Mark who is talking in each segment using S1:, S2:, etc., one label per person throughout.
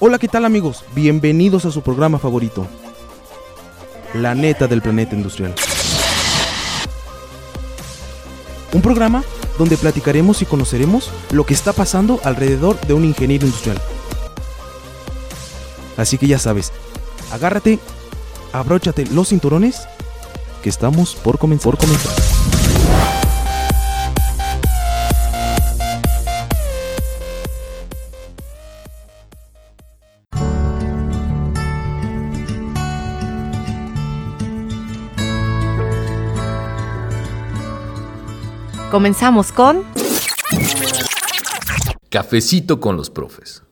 S1: Hola, ¿qué tal amigos? Bienvenidos a su programa favorito, La Neta del Planeta Industrial. Un programa donde platicaremos y conoceremos lo que está pasando alrededor de un ingeniero industrial. Así que ya sabes, agárrate, abróchate los cinturones, que estamos por comenzar.
S2: Comenzamos con
S3: Cafecito con los profes.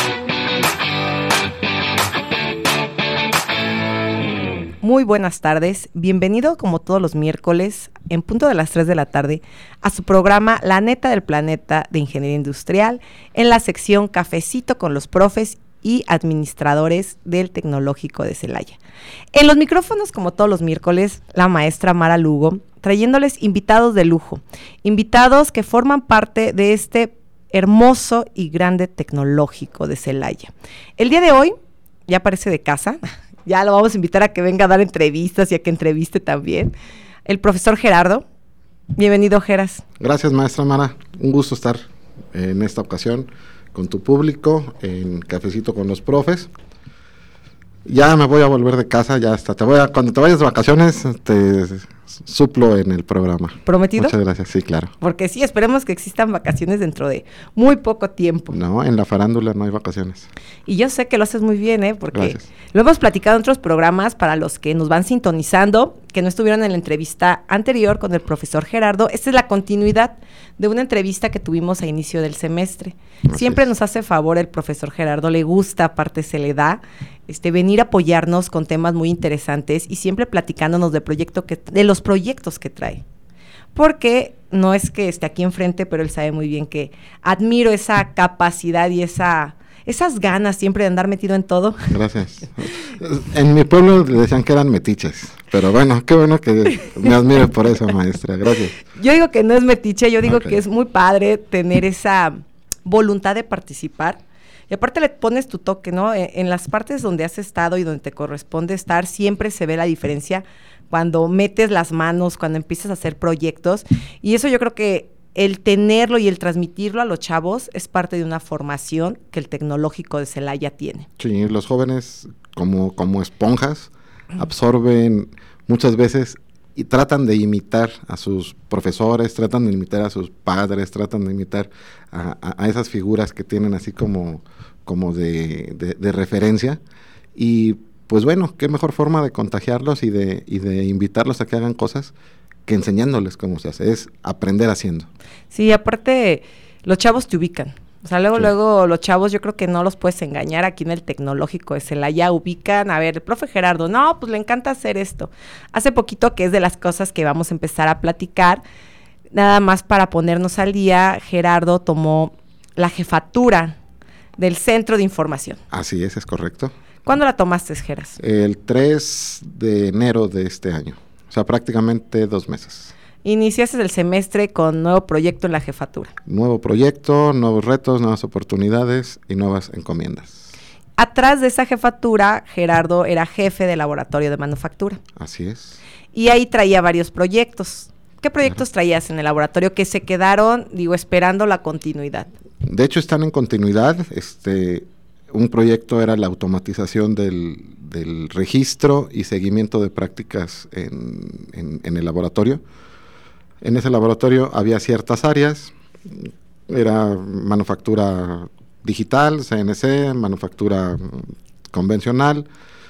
S2: Muy buenas tardes, bienvenido como todos los miércoles en punto de las 3 de la tarde a su programa La Neta del Planeta de Ingeniería Industrial en la sección Cafecito con los profes y administradores del Tecnológico de Celaya. En los micrófonos, como todos los miércoles, la maestra Mara Lugo, trayéndoles invitados de lujo, invitados que forman parte de este hermoso y grande Tecnológico de Celaya. El día de hoy ya parece de casa, ya lo vamos a invitar a que venga a dar entrevistas y a que entreviste también, el profesor Gerardo. Bienvenido, Geras.
S4: Gracias, maestra Mara, un gusto estar en esta ocasión con tu público en Cafecito con los profes. Ya me voy a volver de casa, ya hasta cuando te vayas de vacaciones te suplo en el programa.
S2: ¿Prometido?
S4: Muchas gracias, sí, claro.
S2: Porque sí, esperemos que existan vacaciones dentro de muy poco tiempo.
S4: No, en la farándula no hay vacaciones.
S2: Y yo sé que lo haces muy bien, porque
S4: Gracias.
S2: Lo hemos platicado en otros programas para los que nos van sintonizando, que no estuvieron en la entrevista anterior con el profesor Gerardo. Esta es la continuidad de una entrevista que tuvimos a inicio del semestre. Siempre nos hace favor el profesor Gerardo, le gusta, aparte se le da, venir a apoyarnos con temas muy interesantes y siempre platicándonos de los proyectos que trae. Porque no es que esté aquí enfrente, pero él sabe muy bien que admiro esa capacidad y esas ganas siempre de andar metido en todo.
S4: Gracias. En mi pueblo le decían que eran metiches, pero bueno, qué bueno que me admire por eso, maestra. Gracias.
S2: Yo digo que no es metiche, yo digo que es muy padre tener esa voluntad de participar. Y aparte le pones tu toque, ¿no? En las partes donde has estado y donde te corresponde estar, siempre se ve la diferencia cuando metes las manos, cuando empiezas a hacer proyectos. Y eso yo creo que el tenerlo y el transmitirlo a los chavos es parte de una formación que el Tecnológico de Celaya tiene.
S4: Sí, los jóvenes como esponjas absorben muchas veces y tratan de imitar a sus profesores, tratan de imitar a sus padres, tratan de imitar a esas figuras que tienen así como de referencia. Y pues bueno, qué mejor forma de contagiarlos y de invitarlos a que hagan cosas que enseñándoles cómo se hace, es aprender haciendo.
S2: Sí, aparte los chavos te ubican. O sea, luego los chavos yo creo que no los puedes engañar aquí en el Tecnológico de Celaya, ubican, a ver, el profe Gerardo, no, pues le encanta hacer esto. Hace poquito, que es de las cosas que vamos a empezar a platicar, nada más para ponernos al día, Gerardo tomó la jefatura del Centro de Información.
S4: Así es correcto.
S2: ¿Cuándo la tomaste, Geras?
S4: El 3 de enero de este año, o sea, prácticamente 2 meses.
S2: Iniciaste el semestre con nuevo proyecto en la jefatura.
S4: Nuevo proyecto, nuevos retos, nuevas oportunidades y nuevas encomiendas.
S2: Atrás de esa jefatura, Gerardo era jefe de laboratorio de manufactura.
S4: Así es.
S2: Y ahí traía varios proyectos. ¿Qué proyectos traías en el laboratorio que se quedaron, esperando la continuidad?
S4: De hecho, están en continuidad. Un proyecto era la automatización del registro y seguimiento de prácticas en el laboratorio. En ese laboratorio había ciertas áreas, era manufactura digital, CNC, manufactura convencional,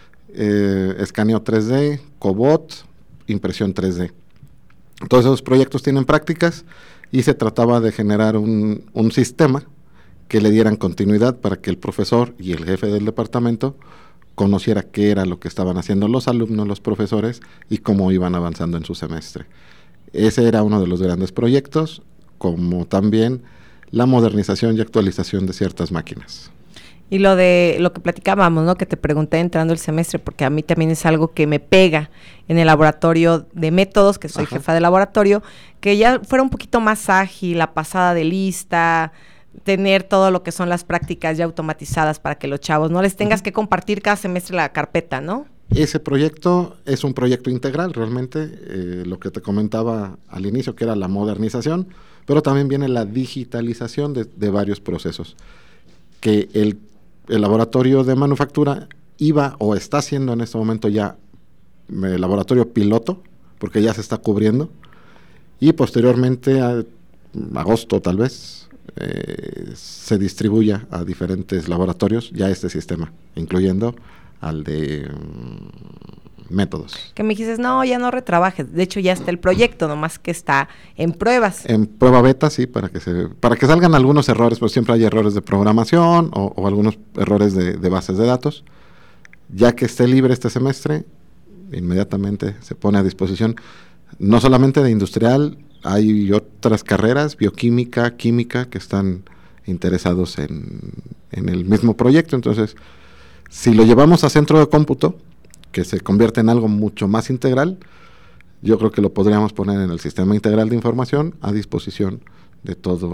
S4: escaneo 3D, cobot, impresión 3D. Todos esos proyectos tienen prácticas y se trataba de generar un sistema que le dieran continuidad para que el profesor y el jefe del departamento conociera qué era lo que estaban haciendo los alumnos, los profesores y cómo iban avanzando en su semestre. Ese era uno de los grandes proyectos, como también la modernización y actualización de ciertas máquinas.
S2: Y lo que platicábamos, ¿no? Que te pregunté entrando el semestre, porque a mí también es algo que me pega en el laboratorio de métodos, que soy jefa de laboratorio, que ya fuera un poquito más ágil, la pasada de lista, tener todo lo que son las prácticas ya automatizadas para que los chavos no les tengas que compartir cada semestre la carpeta, ¿no?
S4: Ese proyecto es un proyecto integral, realmente, lo que te comentaba al inicio, que era la modernización, pero también viene la digitalización de varios procesos, que el laboratorio de manufactura iba o está haciendo en este momento ya el laboratorio piloto, porque ya se está cubriendo, y posteriormente, a agosto tal vez, se distribuya a diferentes laboratorios ya este sistema, incluyendo al de métodos.
S2: Que me dijiste, no, ya no retrabajes. De hecho, ya está el proyecto, nomás que está en pruebas.
S4: En prueba beta, sí, para que salgan algunos errores, pues siempre hay errores de programación o algunos errores de bases de datos. Ya que esté libre este semestre, inmediatamente se pone a disposición, no solamente de industrial, hay otras carreras, bioquímica, química, que están interesados en el mismo proyecto. Entonces, si lo llevamos a centro de cómputo, que se convierte en algo mucho más integral, yo creo que lo podríamos poner en el sistema integral de información a disposición de todos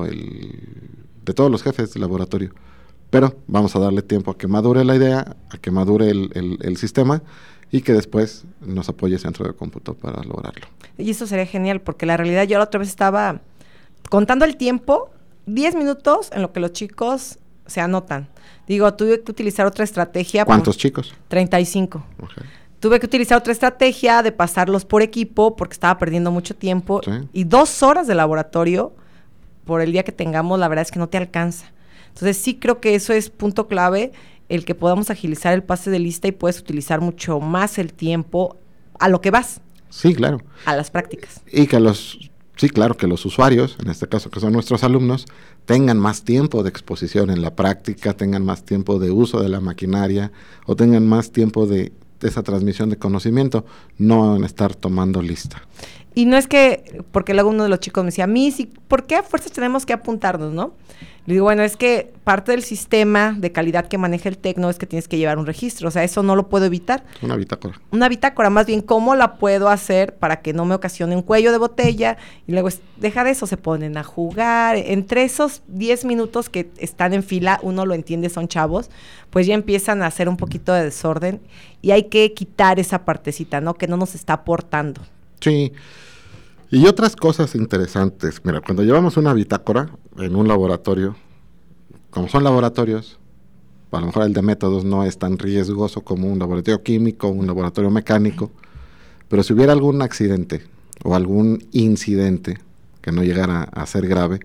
S4: los jefes de laboratorio. Pero vamos a darle tiempo a que madure la idea, a que madure el sistema y que después nos apoye centro de cómputo para lograrlo.
S2: Y eso sería genial, porque la realidad yo la otra vez estaba contando el tiempo, 10 minutos en lo que los chicos se anotan. Digo, tuve que utilizar otra estrategia.
S4: ¿Cuántos chicos?
S2: 35.
S4: Okay.
S2: Tuve que utilizar otra estrategia de pasarlos por equipo porque estaba perdiendo mucho tiempo.
S4: Sí.
S2: Y 2 horas de laboratorio por el día que tengamos, la verdad es que no te alcanza. Entonces sí creo que eso es punto clave, el que podamos agilizar el pase de lista y puedes utilizar mucho más el tiempo a lo que vas.
S4: Sí, claro.
S2: A las prácticas.
S4: Y que que los usuarios, en este caso que son nuestros alumnos, tengan más tiempo de exposición en la práctica, tengan más tiempo de uso de la maquinaria o tengan más tiempo de esa transmisión de conocimiento, no en estar tomando lista.
S2: Y no es que, porque luego uno de los chicos me decía, ¿por qué a fuerzas tenemos que apuntarnos, no? Le digo, bueno, es que parte del sistema de calidad que maneja el Tecno es que tienes que llevar un registro, o sea, eso no lo puedo evitar.
S4: Una bitácora.
S2: Una bitácora, más bien, ¿cómo la puedo hacer para que no me ocasione un cuello de botella? Y luego, deja de eso, se ponen a jugar. Entre esos 10 minutos que están en fila, uno lo entiende, son chavos, pues ya empiezan a hacer un poquito de desorden y hay que quitar esa partecita, ¿no? Que no nos está aportando.
S4: Sí. Y otras cosas interesantes. Mira, cuando llevamos una bitácora en un laboratorio, como son laboratorios, a lo mejor el de métodos no es tan riesgoso como un laboratorio químico, un laboratorio mecánico, pero si hubiera algún accidente o algún incidente que no llegara a ser grave,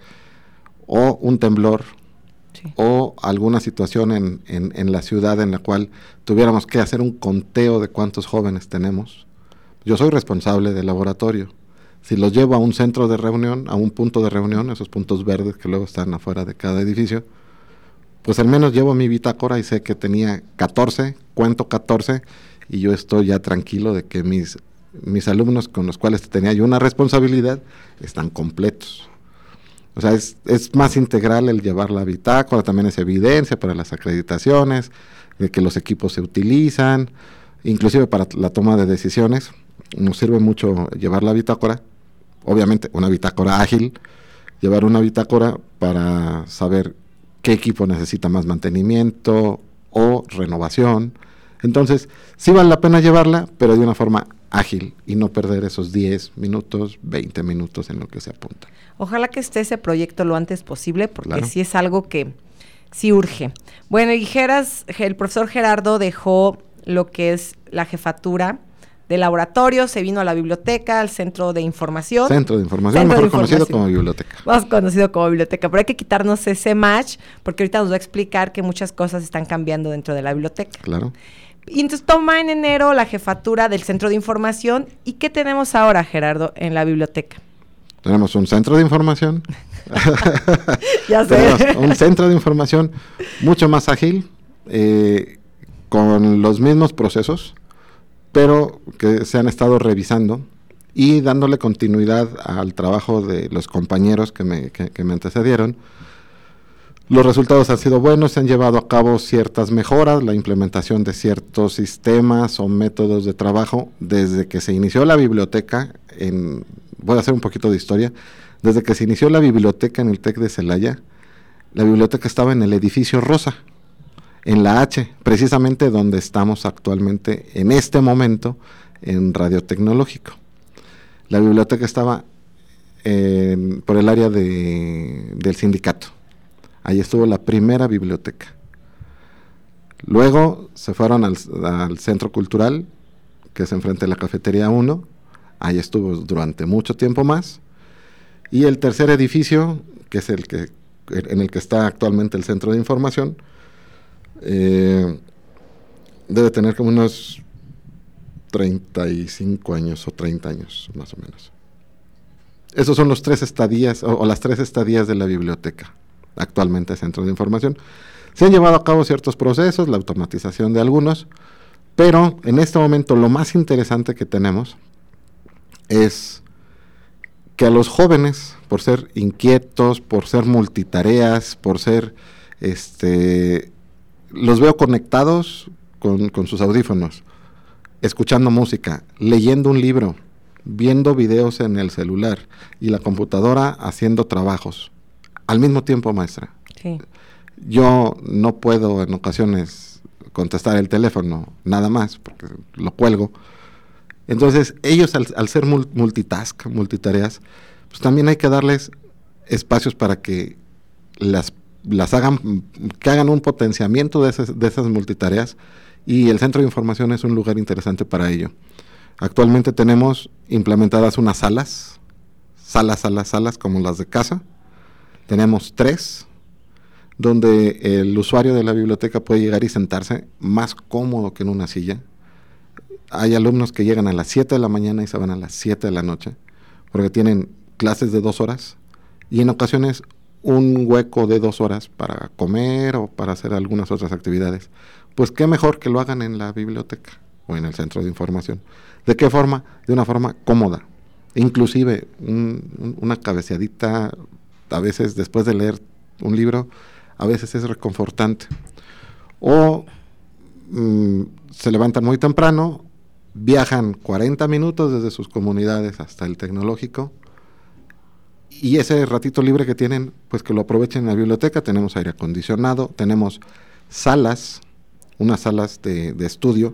S4: o un temblor, sí, o alguna situación en la ciudad en la cual tuviéramos que hacer un conteo de cuántos jóvenes tenemos, yo soy responsable del laboratorio. Si los llevo a un centro de reunión, a un punto de reunión, esos puntos verdes que luego están afuera de cada edificio, pues al menos llevo mi bitácora y sé que tenía 14, cuento 14, y yo estoy ya tranquilo de que mis alumnos con los cuales tenía yo una responsabilidad están completos. O sea, es más integral el llevar la bitácora, también es evidencia para las acreditaciones, de que los equipos se utilizan, inclusive para la toma de decisiones. Nos sirve mucho llevar la bitácora, obviamente una bitácora ágil, llevar una bitácora para saber qué equipo necesita más mantenimiento o renovación. Entonces, sí vale la pena llevarla, pero de una forma ágil y no perder esos 10 minutos, 20 minutos en lo que se apunta.
S2: Ojalá que esté ese proyecto lo antes posible, porque
S4: claro,
S2: sí es algo que sí urge. Bueno, y el profesor Gerardo dejó lo que es la jefatura de laboratorio, se vino a la biblioteca, al centro de información.
S4: Centro de información, mejor conocido como biblioteca.
S2: Más conocido como biblioteca, pero hay que quitarnos ese match, porque ahorita nos va a explicar que muchas cosas están cambiando dentro de la biblioteca.
S4: Claro.
S2: Y entonces toma en enero la jefatura del centro de información. ¿Y qué tenemos ahora, Gerardo, en la biblioteca?
S4: Tenemos un centro de información.
S2: Ya sé.
S4: Tenemos un centro de información mucho más ágil, con los mismos procesos, pero que se han estado revisando y dándole continuidad al trabajo de los compañeros que me antecedieron. Los resultados han sido buenos, se han llevado a cabo ciertas mejoras, la implementación de ciertos sistemas o métodos de trabajo desde que se inició la biblioteca. Voy a hacer un poquito de historia. Desde que se inició la biblioteca en el TEC de Celaya, La biblioteca estaba en el edificio Rosa, en la H, precisamente donde estamos actualmente en este momento en Radio Tecnológico. La biblioteca estaba por el área del sindicato. Ahí estuvo la primera biblioteca. Luego se fueron al Centro Cultural, que es enfrente de la Cafetería 1. Ahí estuvo durante mucho tiempo más. Y el tercer edificio, que es en el que está actualmente el Centro de Información, debe tener como unos 35 años o 30 años, más o menos. Esos son los 3 estadías, o las 3 estadías de la biblioteca, actualmente Centro de Información. Se han llevado a cabo ciertos procesos, la automatización de algunos, pero en este momento lo más interesante que tenemos es que a los jóvenes, por ser inquietos, por ser multitareas, por ser, los veo conectados con sus audífonos, escuchando música, leyendo un libro, viendo videos en el celular y la computadora haciendo trabajos al mismo tiempo, maestra.
S2: Sí.
S4: Yo no puedo en ocasiones contestar el teléfono nada más porque lo cuelgo. Entonces ellos al ser multitareas, pues también hay que darles espacios para que las hagan, que hagan un potenciamiento de esas multitareas, y el Centro de Información es un lugar interesante para ello. Actualmente tenemos implementadas unas salas como las de casa. Tenemos 3, donde el usuario de la biblioteca puede llegar y sentarse más cómodo que en una silla. Hay alumnos que llegan a las 7 de la mañana y se van a las 7 de la noche, porque tienen clases de 2 horas y en ocasiones un hueco de 2 horas para comer o para hacer algunas otras actividades. Pues qué mejor que lo hagan en la biblioteca o en el Centro de Información. ¿De qué forma? De una forma cómoda. Inclusive una cabeceadita, a veces después de leer un libro, a veces es reconfortante. O se levantan muy temprano, viajan 40 minutos desde sus comunidades hasta el tecnológico, y ese ratito libre que tienen, pues que lo aprovechen en la biblioteca. Tenemos aire acondicionado, tenemos salas, unas salas de estudio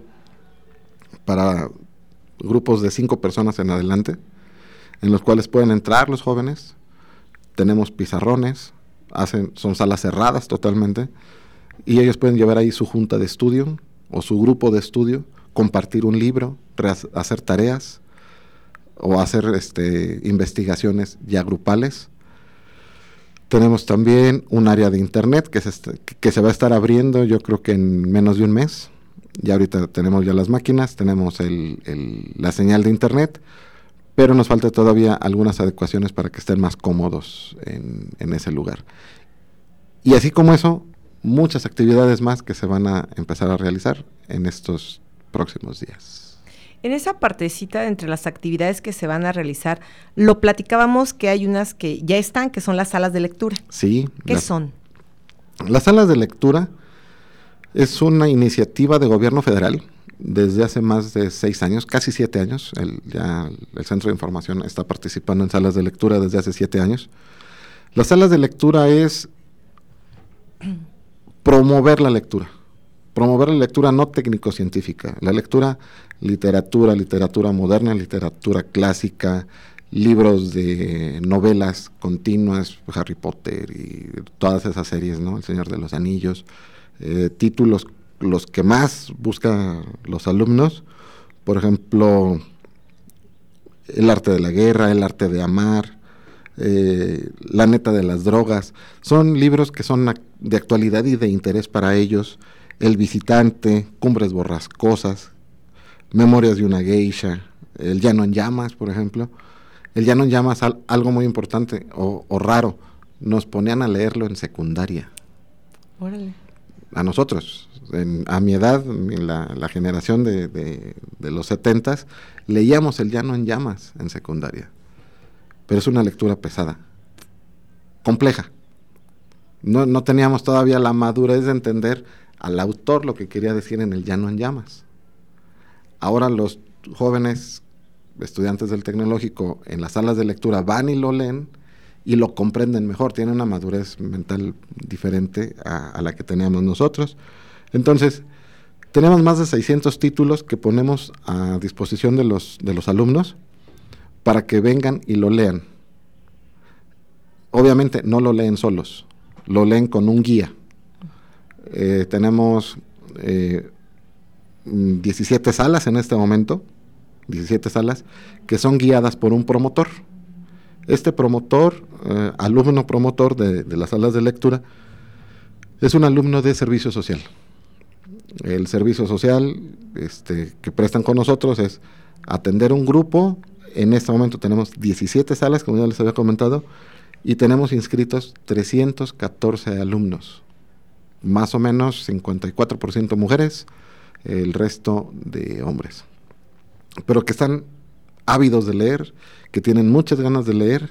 S4: para grupos de 5 personas en adelante, en los cuales pueden entrar los jóvenes. Tenemos pizarrones, son salas cerradas totalmente, y ellos pueden llevar ahí su junta de estudio o su grupo de estudio, compartir un libro, hacer tareas o hacer investigaciones ya grupales. Tenemos también un área de internet que se va a estar abriendo, yo creo que en menos de un mes. Ya ahorita tenemos ya las máquinas, tenemos la señal de internet, pero nos falta todavía algunas adecuaciones para que estén más cómodos en ese lugar. Y así como eso, muchas actividades más que se van a empezar a realizar en estos próximos días.
S2: En esa partecita entre las actividades que se van a realizar, lo platicábamos que hay unas que ya están, que son las salas de lectura.
S4: Sí.
S2: ¿Qué son?
S4: Las salas de lectura es una iniciativa de gobierno federal desde hace más de 6 años, casi 7 años. El Centro de Información está participando en salas de lectura desde hace 7 años. Las salas de lectura es promover la lectura no técnico-científica, la lectura, literatura moderna, literatura clásica, libros de novelas continuas, Harry Potter y todas esas series, ¿no? El Señor de los Anillos, títulos los que más buscan los alumnos, por ejemplo, El arte de la guerra, El arte de amar, La neta de las drogas. Son libros que son de actualidad y de interés para ellos. El visitante, Cumbres borrascosas, Memorias de una geisha, El llano en llamas, por ejemplo. El llano en llamas, algo muy importante o raro, nos ponían a leerlo en secundaria.
S2: Órale.
S4: A nosotros, a mi edad, la generación de los 70s, leíamos El llano en llamas en secundaria. Pero es una lectura pesada, compleja. No teníamos todavía la madurez de entender al autor lo que quería decir en El llano en llamas. Ahora los jóvenes estudiantes del tecnológico en las salas de lectura van y lo leen, y lo comprenden mejor, tienen una madurez mental diferente a la que teníamos nosotros. Entonces, tenemos más de 600 títulos que ponemos a disposición de los alumnos para que vengan y lo lean. Obviamente no lo leen solos, lo leen con un guía. Tenemos 17 salas en este momento, 17 salas, que son guiadas por un promotor. Este promotor, alumno promotor de las salas de lectura, es un alumno de servicio social. El servicio social que prestan con nosotros es atender un grupo. En este momento tenemos 17 salas, como ya les había comentado, y tenemos inscritos 314 alumnos. Más o menos 54% mujeres, el resto de hombres. Pero que están ávidos de leer, que tienen muchas ganas de leer,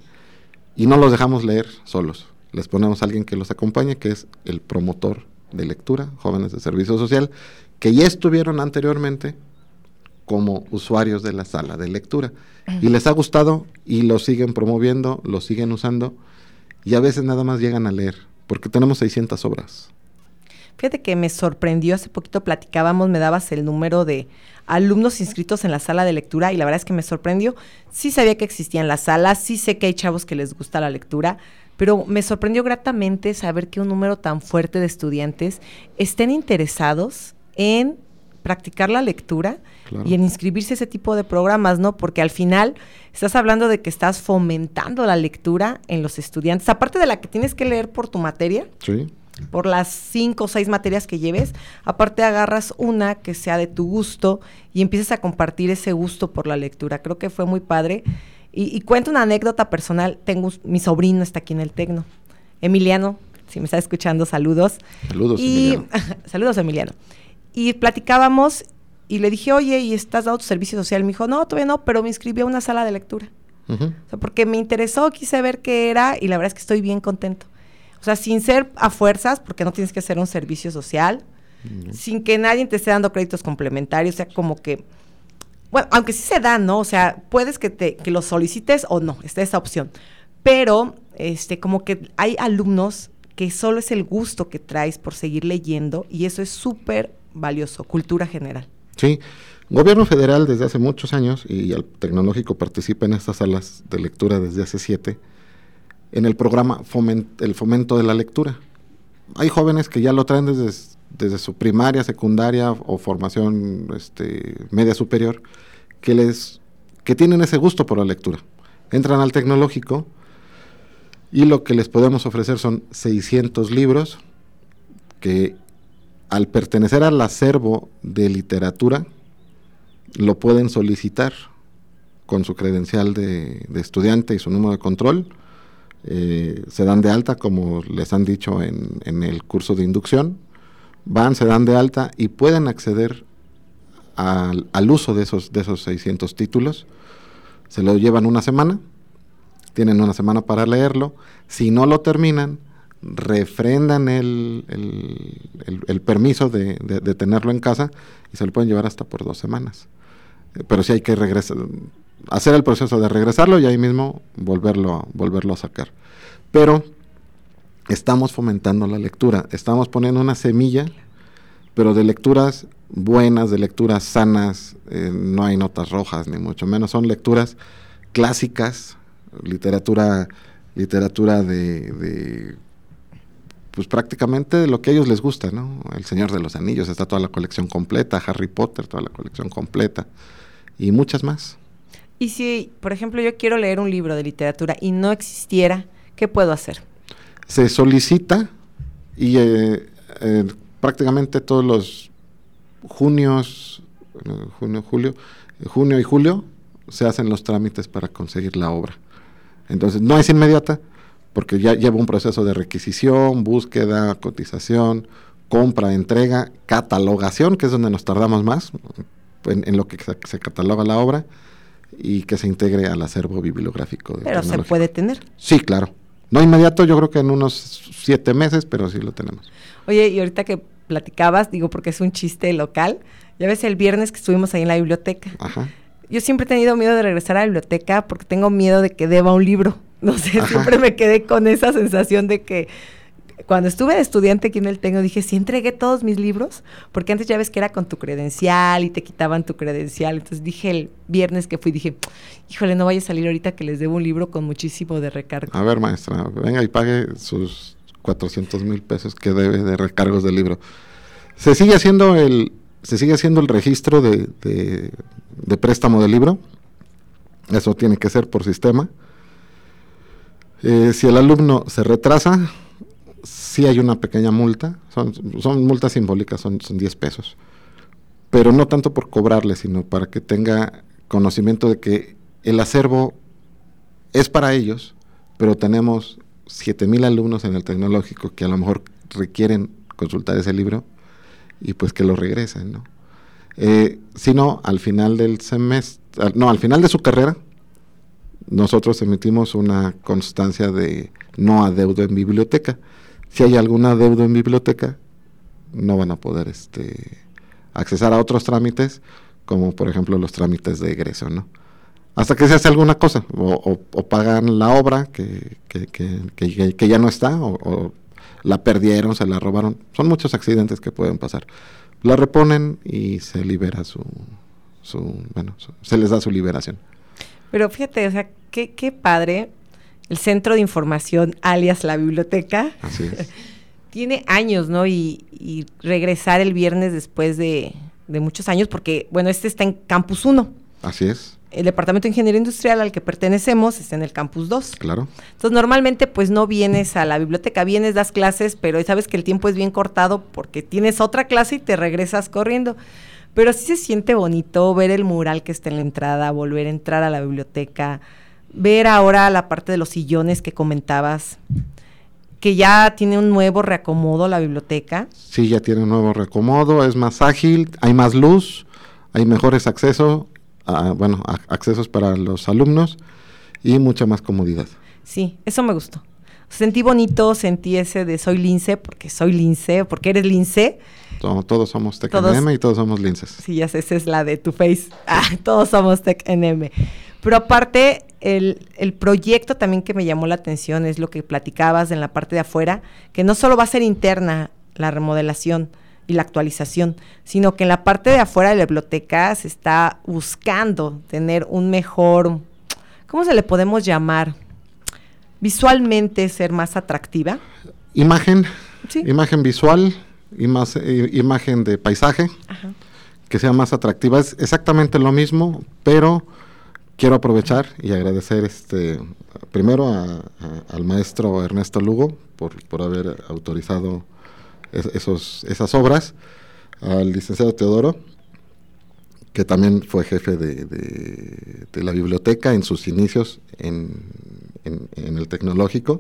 S4: y no los dejamos leer solos. Les ponemos a alguien que los acompañe, que es el promotor de lectura, jóvenes de servicio social, que ya estuvieron anteriormente como usuarios de la sala de lectura. Y les ha gustado y lo siguen promoviendo, lo siguen usando, y a veces nada más llegan a leer, porque tenemos 600 obras.
S2: Fíjate que me sorprendió, hace poquito platicábamos, me dabas el número de alumnos inscritos en la sala de lectura y la verdad es que me sorprendió. Sí sabía que existían las salas, sí sé que hay chavos que les gusta la lectura, pero me sorprendió gratamente saber que un número tan fuerte de estudiantes estén interesados en practicar la lectura, claro, y en inscribirse a ese tipo de programas, ¿no? Porque al final estás hablando de que estás fomentando la lectura en los estudiantes, aparte de la que tienes que leer por tu materia.
S4: Sí.
S2: Por las 5 o 6 materias que lleves, aparte agarras una que sea de tu gusto y empiezas a compartir ese gusto por la lectura. Creo que fue muy padre. Y cuento una anécdota personal. Mi sobrino está aquí en el Tecno, Emiliano, si me está escuchando, saludos.
S4: Saludos, Emiliano.
S2: Saludos, Emiliano. Y platicábamos y le dije, oye, ¿y estás dando tu servicio social? Me dijo, no, todavía no, pero me inscribí a una sala de lectura. O sea, porque me interesó, quise ver qué era y la verdad es que estoy bien contento. O sea, sin ser a fuerzas, porque no tienes que hacer un servicio social, sin que nadie te esté dando créditos complementarios, o sea, como que, bueno, aunque sí se dan, ¿no? O sea, puedes que lo solicites o no, está esa opción, pero como que hay alumnos que solo es el gusto que traes por seguir leyendo y eso es súper valioso, cultura general.
S4: Sí, Gobierno federal desde hace muchos años y el Tecnológico participa en estas salas de lectura desde hace 7, en el programa el fomento de la lectura. Hay jóvenes que ya lo traen desde su primaria, secundaria o formación media superior, que tienen ese gusto por la lectura. Entran al tecnológico y lo que les podemos ofrecer son 600 libros que al pertenecer al acervo de literatura lo pueden solicitar con su credencial de estudiante y su número de control. Se dan de alta, como les han dicho en el curso de inducción, se dan de alta y pueden acceder al uso de esos 600 títulos. Se lo llevan una semana, tienen una semana para leerlo. Si no lo terminan, refrendan el permiso de tenerlo en casa y se lo pueden llevar hasta por 2 semanas. Pero sí hay que hacer el proceso de regresarlo y ahí mismo volverlo a sacar. Pero estamos fomentando la lectura, estamos poniendo una semilla, pero de lecturas buenas, de lecturas sanas, no hay notas rojas ni mucho menos, son lecturas clásicas, literatura de pues prácticamente de lo que a ellos les gusta, ¿no? El Señor de los Anillos, está toda la colección completa, Harry Potter, toda la colección completa y muchas más.
S2: Y si, por ejemplo, yo quiero leer un libro de literatura y no existiera, ¿qué puedo hacer?
S4: Se solicita y prácticamente todos los junio y julio se hacen los trámites para conseguir la obra. Entonces no es inmediata porque ya lleva un proceso de requisición, búsqueda, cotización, compra, entrega, catalogación, que es donde nos tardamos más en lo que se cataloga la obra y que se integre al acervo bibliográfico.
S2: Pero se puede tener.
S4: Sí, claro. No inmediato, yo creo que en unos 7 meses, pero sí lo tenemos.
S2: Oye, y ahorita que platicabas, digo porque es un chiste local, ya ves el viernes que estuvimos ahí en la biblioteca.
S4: Ajá.
S2: Yo siempre he tenido miedo de regresar a la biblioteca porque tengo miedo de que deba un libro. No sé, siempre me quedé con esa sensación de que cuando estuve de estudiante aquí en el Tecno dije, sí entregué todos mis libros, porque antes ya ves que era con tu credencial y te quitaban tu credencial. Entonces dije el viernes que fui, dije, híjole, no vaya a salir ahorita que les debo un libro con muchísimo de recargo.
S4: A ver, maestra, venga y pague sus 400,000 pesos que debe de recargos del libro. Se sigue haciendo el registro de préstamo del libro. Eso tiene que ser por sistema. Si el alumno se retrasa, sí hay una pequeña multa. Son multas simbólicas, son 10 pesos. Pero no tanto por cobrarle, sino para que tenga conocimiento de que el acervo es para ellos, pero tenemos 7,000 alumnos en el tecnológico que a lo mejor requieren consultar ese libro y pues que lo regresen, ¿no? Si no, al final del semestre, al final de su carrera, nosotros emitimos una constancia de no adeudo en biblioteca. Si hay algún adeudo en biblioteca, no van a poder accesar a otros trámites, como por ejemplo los trámites de egreso, ¿no? Hasta que se hace alguna cosa, o pagan la obra que ya no está, o la perdieron, se la robaron. Son muchos accidentes que pueden pasar. La reponen y se libera se les da su liberación.
S2: Pero fíjate, o sea, qué padre, el Centro de Información, alias la biblioteca.
S4: Así es.
S2: Tiene años, ¿no? Y regresar el viernes después de muchos años, porque, bueno, está en Campus 1.
S4: Así es.
S2: El Departamento de Ingeniería Industrial al que pertenecemos está en el Campus 2.
S4: Claro.
S2: Entonces, normalmente, pues, no vienes a la biblioteca, vienes, das clases, pero sabes que el tiempo es bien cortado porque tienes otra clase y te regresas corriendo. Pero sí se siente bonito ver el mural que está en la entrada, volver a entrar a la biblioteca, ver ahora la parte de los sillones que comentabas, que ya tiene un nuevo reacomodo la biblioteca.
S4: Sí, ya tiene un nuevo reacomodo, es más ágil, hay más luz, hay mejores accesos para los alumnos y mucha más comodidad.
S2: Sí, eso me gustó. Sentí bonito, sentí ese de soy lince, porque eres lince.
S4: Todos somos TecNM y todos somos linces.
S2: Sí, ya sé, esa es la de tu face. Todos somos TecNM. Pero aparte, el proyecto también que me llamó la atención es lo que platicabas en la parte de afuera, que no solo va a ser interna la remodelación y la actualización, sino que en la parte de afuera de la biblioteca se está buscando tener un mejor, ¿cómo se le podemos llamar? Visualmente ser más atractiva.
S4: Imagen,
S2: sí.
S4: Imagen visual, imagen de paisaje.
S2: Ajá.
S4: Que sea más atractiva. Es exactamente lo mismo, pero quiero aprovechar y agradecer primero al maestro Ernesto Lugo por haber autorizado esas obras, al licenciado Teodoro, que también fue jefe de la biblioteca en sus inicios en el tecnológico,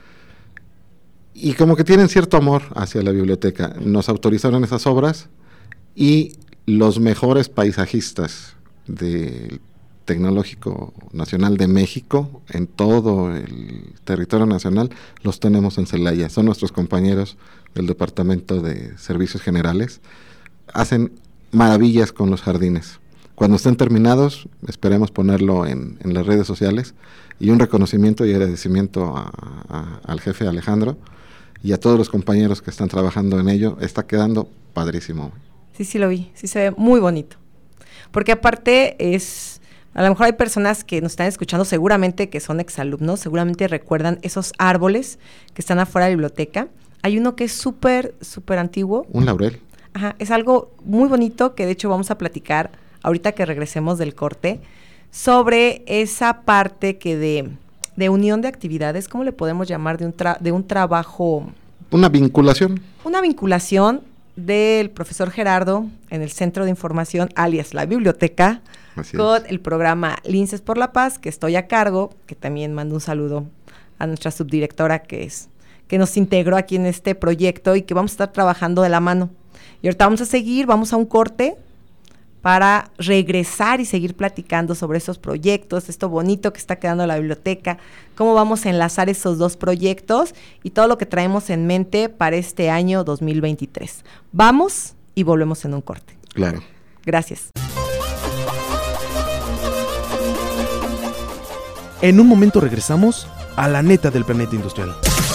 S4: y como que tienen cierto amor hacia la biblioteca. Nos autorizaron esas obras y los mejores paisajistas del Tecnológico Nacional de México, en todo el territorio nacional, los tenemos en Celaya. Son nuestros compañeros del Departamento de Servicios Generales. Hacen maravillas con los jardines. Cuando estén terminados, esperemos ponerlo en las redes sociales, y un reconocimiento y agradecimiento al jefe Alejandro y a todos los compañeros que están trabajando en ello. Está quedando padrísimo.
S2: Sí lo vi, sí se ve muy bonito. Porque aparte a lo mejor hay personas que nos están escuchando, seguramente que son exalumnos, seguramente recuerdan esos árboles que están afuera de la biblioteca. Hay uno que es súper, súper antiguo.
S4: Un laurel.
S2: Ajá, es algo muy bonito que de hecho vamos a platicar ahorita que regresemos del corte, sobre esa parte que de unión de actividades, ¿cómo le podemos llamar? De un trabajo...
S4: Una vinculación.
S2: Una vinculación del profesor Gerardo en el Centro de Información, alias la biblioteca, con el programa Linces por la Paz, que estoy a cargo, que también mando un saludo a nuestra subdirectora que nos integró aquí en este proyecto y que vamos a estar trabajando de la mano. Y ahorita vamos a un corte para regresar y seguir platicando sobre esos proyectos, esto bonito que está quedando la biblioteca, cómo vamos a enlazar esos dos proyectos y todo lo que traemos en mente para este año 2023. Vamos y volvemos en un corte.
S4: Claro.
S2: Gracias.
S1: En un momento regresamos a la neta del planeta industrial.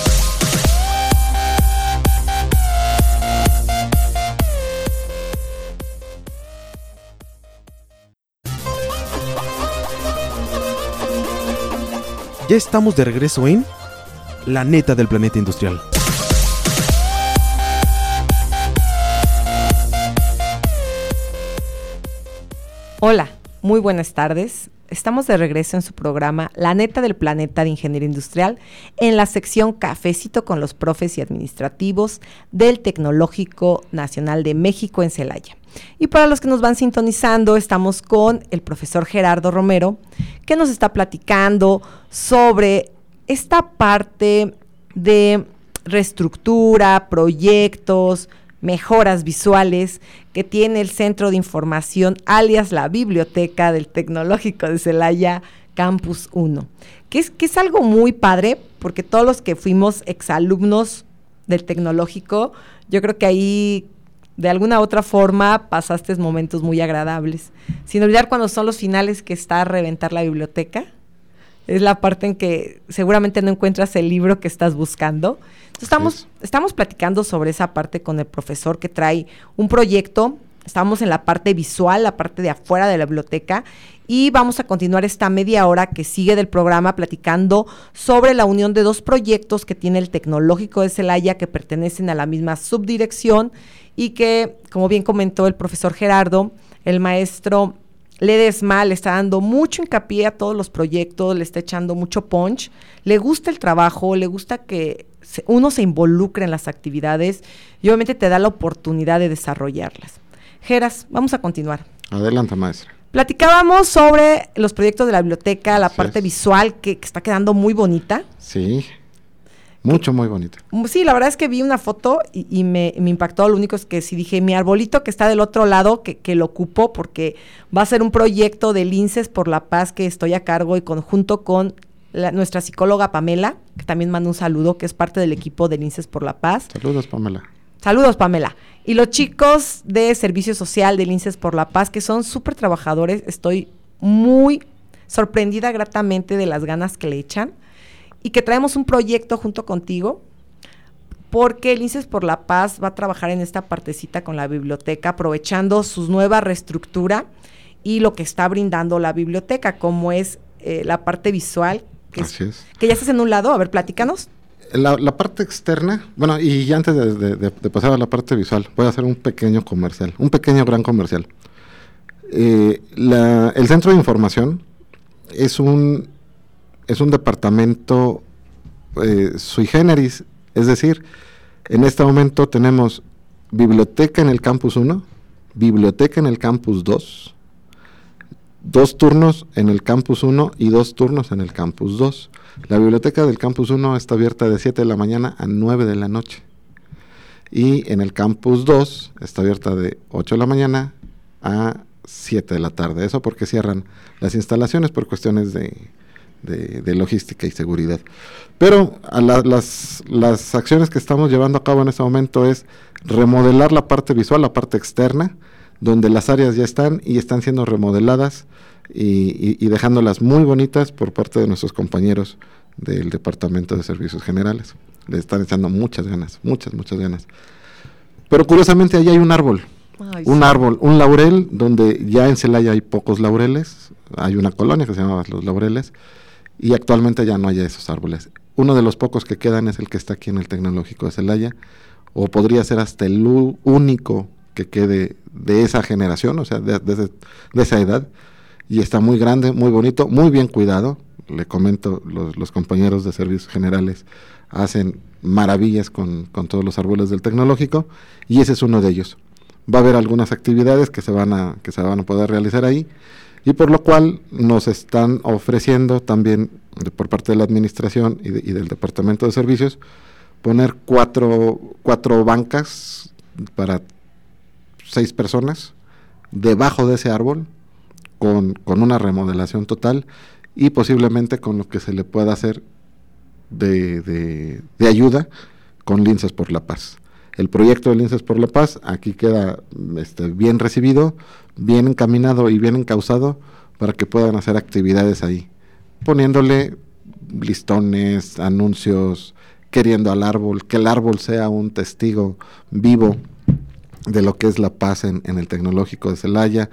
S1: Ya estamos de regreso en la neta del planeta industrial.
S2: Hola, muy buenas tardes. Estamos de regreso en su programa La neta del planeta de Ingeniería Industrial en la sección Cafecito con los profes y administrativos del Tecnológico Nacional de México en Celaya. Y para los que nos van sintonizando, estamos con el profesor Gerardo Romero, que nos está platicando sobre esta parte de reestructura, proyectos, mejoras visuales que tiene el Centro de Información, alias la Biblioteca del Tecnológico de Celaya, Campus 1, que es algo muy padre, porque todos los que fuimos exalumnos del Tecnológico, yo creo que ahí de alguna u otra forma pasaste momentos muy agradables. Sin olvidar cuando son los finales que está a reventar la biblioteca. Es la parte en que seguramente no encuentras el libro que estás buscando. Entonces estamos platicando sobre esa parte con el profesor que trae un proyecto. Estamos en la parte visual, la parte de afuera de la biblioteca, y vamos a continuar esta media hora que sigue del programa platicando sobre la unión de dos proyectos que tiene el Tecnológico de Celaya, que pertenecen a la misma subdirección y que, como bien comentó el profesor Gerardo, el maestro Ledesma le está dando mucho hincapié a todos los proyectos, le está echando mucho punch, le gusta el trabajo, le gusta que uno se involucre en las actividades y obviamente te da la oportunidad de desarrollarlas. Geras, vamos a continuar.
S4: Adelante, maestra.
S2: Platicábamos sobre los proyectos de la biblioteca, la parte visual que está quedando muy bonita.
S4: Sí, muy bonita.
S2: Sí, la verdad es que vi una foto y me impactó. Lo único es que sí dije, mi arbolito que está del otro lado, que lo ocupo, porque va a ser un proyecto del INSES por la Paz que estoy a cargo y junto con nuestra psicóloga Pamela, que también manda un saludo, que es parte del equipo del INSES por la Paz.
S4: Saludos, Pamela.
S2: Saludos, Pamela. Y los chicos de Servicio Social del INSES por la Paz, que son súper trabajadores. Estoy muy sorprendida gratamente de las ganas que le echan y que traemos un proyecto junto contigo, porque el INSES por la Paz va a trabajar en esta partecita con la biblioteca, aprovechando su nueva reestructura y lo que está brindando la biblioteca, como es la parte visual, que ya estás en un lado. A ver, platícanos.
S4: La parte externa, bueno, y antes de pasar a la parte visual, voy a hacer un pequeño comercial, un pequeño gran comercial. El Centro de Información es un departamento sui generis, es decir, en este momento tenemos biblioteca en el Campus 1, biblioteca en el Campus 2, 2 turnos en el Campus 1 y 2 turnos en el Campus 2. La biblioteca del Campus 1 está abierta de 7 de la mañana a 9 de la noche. Y en el Campus 2 está abierta de 8 de la mañana a 7 de la tarde. Eso porque cierran las instalaciones por cuestiones de logística y seguridad. Pero las acciones que estamos llevando a cabo en este momento es remodelar la parte visual, la parte externa, donde las áreas ya están siendo remodeladas y dejándolas muy bonitas por parte de nuestros compañeros del Departamento de Servicios Generales. Le están echando muchas ganas. Pero curiosamente allí hay un árbol. Un laurel, donde ya en Celaya hay pocos laureles. Hay una colonia que se llama Los Laureles y actualmente ya no hay esos árboles. Uno de los pocos que quedan es el que está aquí en el Tecnológico de Celaya, o podría ser hasta el único que quede de esa generación, o sea, de esa edad, y está muy grande, muy bonito, muy bien cuidado. Le comento, los compañeros de Servicios Generales hacen maravillas con todos los árboles del Tecnológico, y ese es uno de ellos. Va a haber algunas actividades que se van a poder realizar ahí, y por lo cual nos están ofreciendo también, por parte de la administración y del Departamento de Servicios, poner cuatro bancas para 6 personas debajo de ese árbol, con una remodelación total, y posiblemente con lo que se le pueda hacer de ayuda con Linces por la Paz. El proyecto de Linces por la Paz aquí queda bien recibido, bien encaminado y bien encauzado para que puedan hacer actividades ahí, poniéndole listones, anuncios, queriendo al árbol, que el árbol sea un testigo vivo de lo que es la paz en el Tecnológico de Celaya,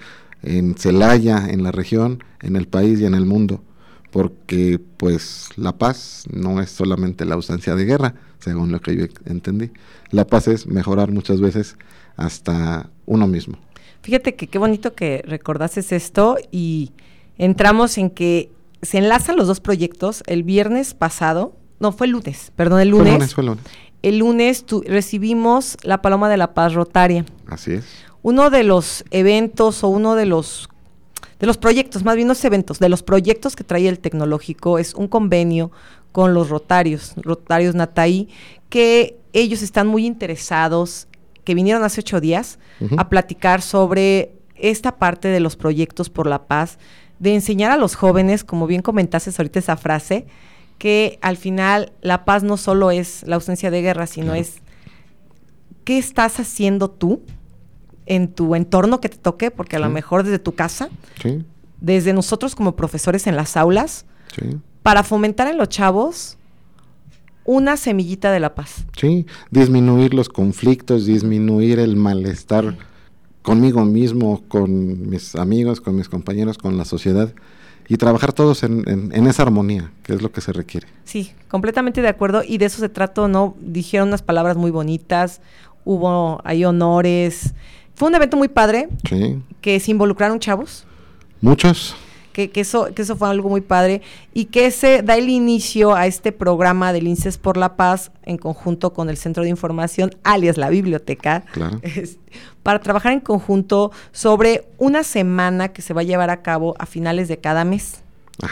S4: en la región, en el país y en el mundo, porque pues la paz no es solamente la ausencia de guerra, según lo que yo entendí. La paz es mejorar muchas veces hasta uno mismo.
S2: Fíjate que qué bonito que recordases esto y entramos en que se enlazan los dos proyectos. El viernes pasado, no, fue el lunes, perdón, el lunes.
S4: Fue lunes.
S2: El lunes recibimos la Paloma de la Paz Rotaria.
S4: Así es.
S2: Uno de los eventos o uno de los proyectos, más bien no es eventos, de los proyectos que trae el Tecnológico es un convenio con los Rotarios Nataí, que ellos están muy interesados, que vinieron hace 8 días a platicar sobre esta parte de los proyectos por la paz, de enseñar a los jóvenes, como bien comentaste ahorita esa frase, que al final la paz no solo es la ausencia de guerra, sino es qué estás haciendo tú en tu entorno que te toque, porque a lo mejor desde tu casa, desde nosotros como profesores en las aulas, para fomentar en los chavos una semillita de la paz.
S4: Sí, disminuir los conflictos, disminuir el malestar conmigo mismo, con mis amigos, con mis compañeros, con la sociedad, y trabajar todos en esa armonía, que es lo que se requiere. Sí,
S2: completamente de acuerdo, y de eso se trató, ¿no? Dijeron unas palabras muy bonitas, hubo ahí honores. Fue un evento muy padre, que se involucraron chavos.
S4: Muchos.
S2: Que eso fue algo muy padre, y que se da el inicio a este programa del INSES por la Paz, en conjunto con el Centro de Información, alias la Biblioteca, para trabajar en conjunto sobre una semana que se va a llevar a cabo a finales de cada mes.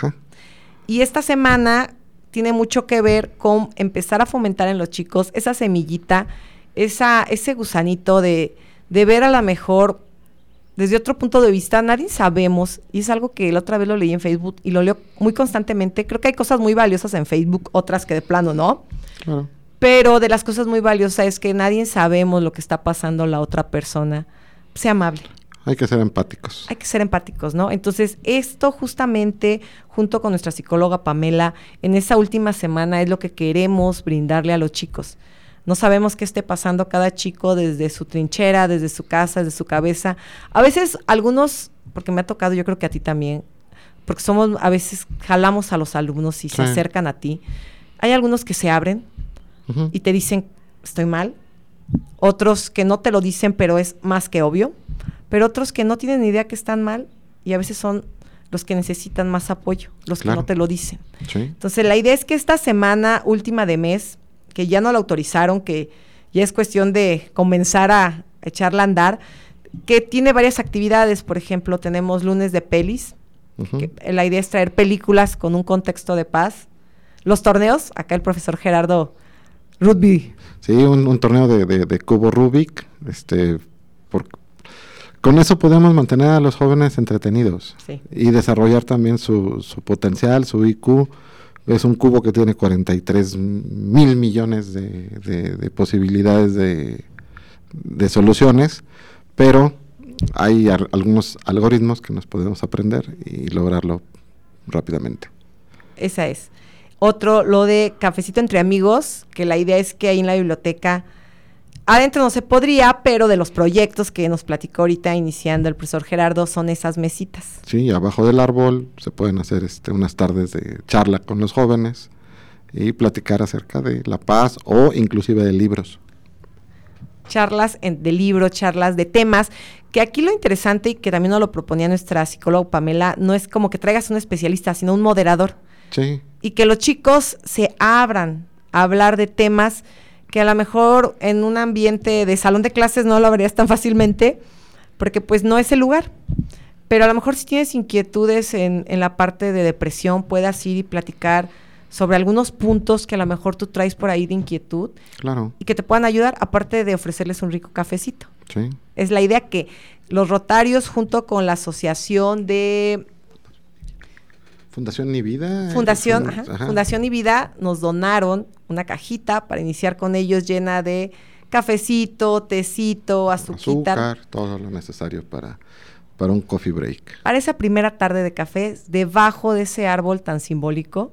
S2: Y esta semana tiene mucho que ver con empezar a fomentar en los chicos esa semillita, ese gusanito de ver a lo mejor desde otro punto de vista. Nadie sabemos, y es algo que la otra vez lo leí en Facebook y lo leo muy constantemente. Creo que hay cosas muy valiosas en Facebook, otras que de plano no. Claro. Pero de las cosas muy valiosas es que nadie sabemos lo que está pasando la otra persona. Sea amable.
S4: Hay que ser empáticos.
S2: Hay que ser empáticos, ¿no? Entonces, esto justamente, junto con nuestra psicóloga Pamela, en esa última semana es lo que queremos brindarle a los chicos. No sabemos qué esté pasando cada chico desde su trinchera, desde su casa, desde su cabeza. A veces algunos, porque me ha tocado, yo creo que a ti también, porque a veces jalamos a los alumnos y se acercan a ti. Hay algunos que se abren y te dicen, estoy mal. Otros que no te lo dicen, pero es más que obvio. Pero otros que no tienen ni idea que están mal, y a veces son los que necesitan más apoyo, los que no te lo dicen. Entonces, la idea es que esta semana última de mes, que ya no la autorizaron, que ya es cuestión de comenzar a echarla a andar, que tiene varias actividades. Por ejemplo, tenemos lunes de pelis, que la idea es traer películas con un contexto de paz. Los torneos, acá el profesor Gerardo Rugby.
S4: Sí, un torneo de cubo Rubik, con eso podemos mantener a los jóvenes entretenidos y desarrollar también su potencial, su IQ. Es un cubo que tiene 43,000 millones de posibilidades de soluciones, pero hay algunos algoritmos que nos podemos aprender y lograrlo rápidamente.
S2: Esa es. Otro, lo de cafecito entre amigos, que la idea es que ahí en la biblioteca, adentro no se podría, pero de los proyectos que nos platicó ahorita iniciando el profesor Gerardo, son esas mesitas.
S4: Sí, abajo del árbol se pueden hacer unas tardes de charla con los jóvenes y platicar acerca de la paz o inclusive de libros.
S2: Charlas de libros, charlas de temas, que aquí lo interesante, y que también nos lo proponía nuestra psicóloga Pamela, no es como que traigas un especialista, sino un moderador.
S4: Sí.
S2: Y que los chicos se abran a hablar de temas que a lo mejor en un ambiente de salón de clases no lo verías tan fácilmente, porque pues no es el lugar. Pero a lo mejor si tienes inquietudes en la parte de depresión, puedas ir y platicar sobre algunos puntos que a lo mejor tú traes por ahí de inquietud.
S4: Claro.
S2: Y que te puedan ayudar, aparte de ofrecerles un rico cafecito.
S4: Sí.
S2: Es la idea que los Rotarios, junto con la asociación de
S4: Fundación Ni Vida.
S2: Fundación Ni Vida, nos donaron una cajita para iniciar con ellos, llena de cafecito, tecito, azúcar,
S4: todo lo necesario para un coffee break.
S2: Para esa primera tarde de café, debajo de ese árbol tan simbólico,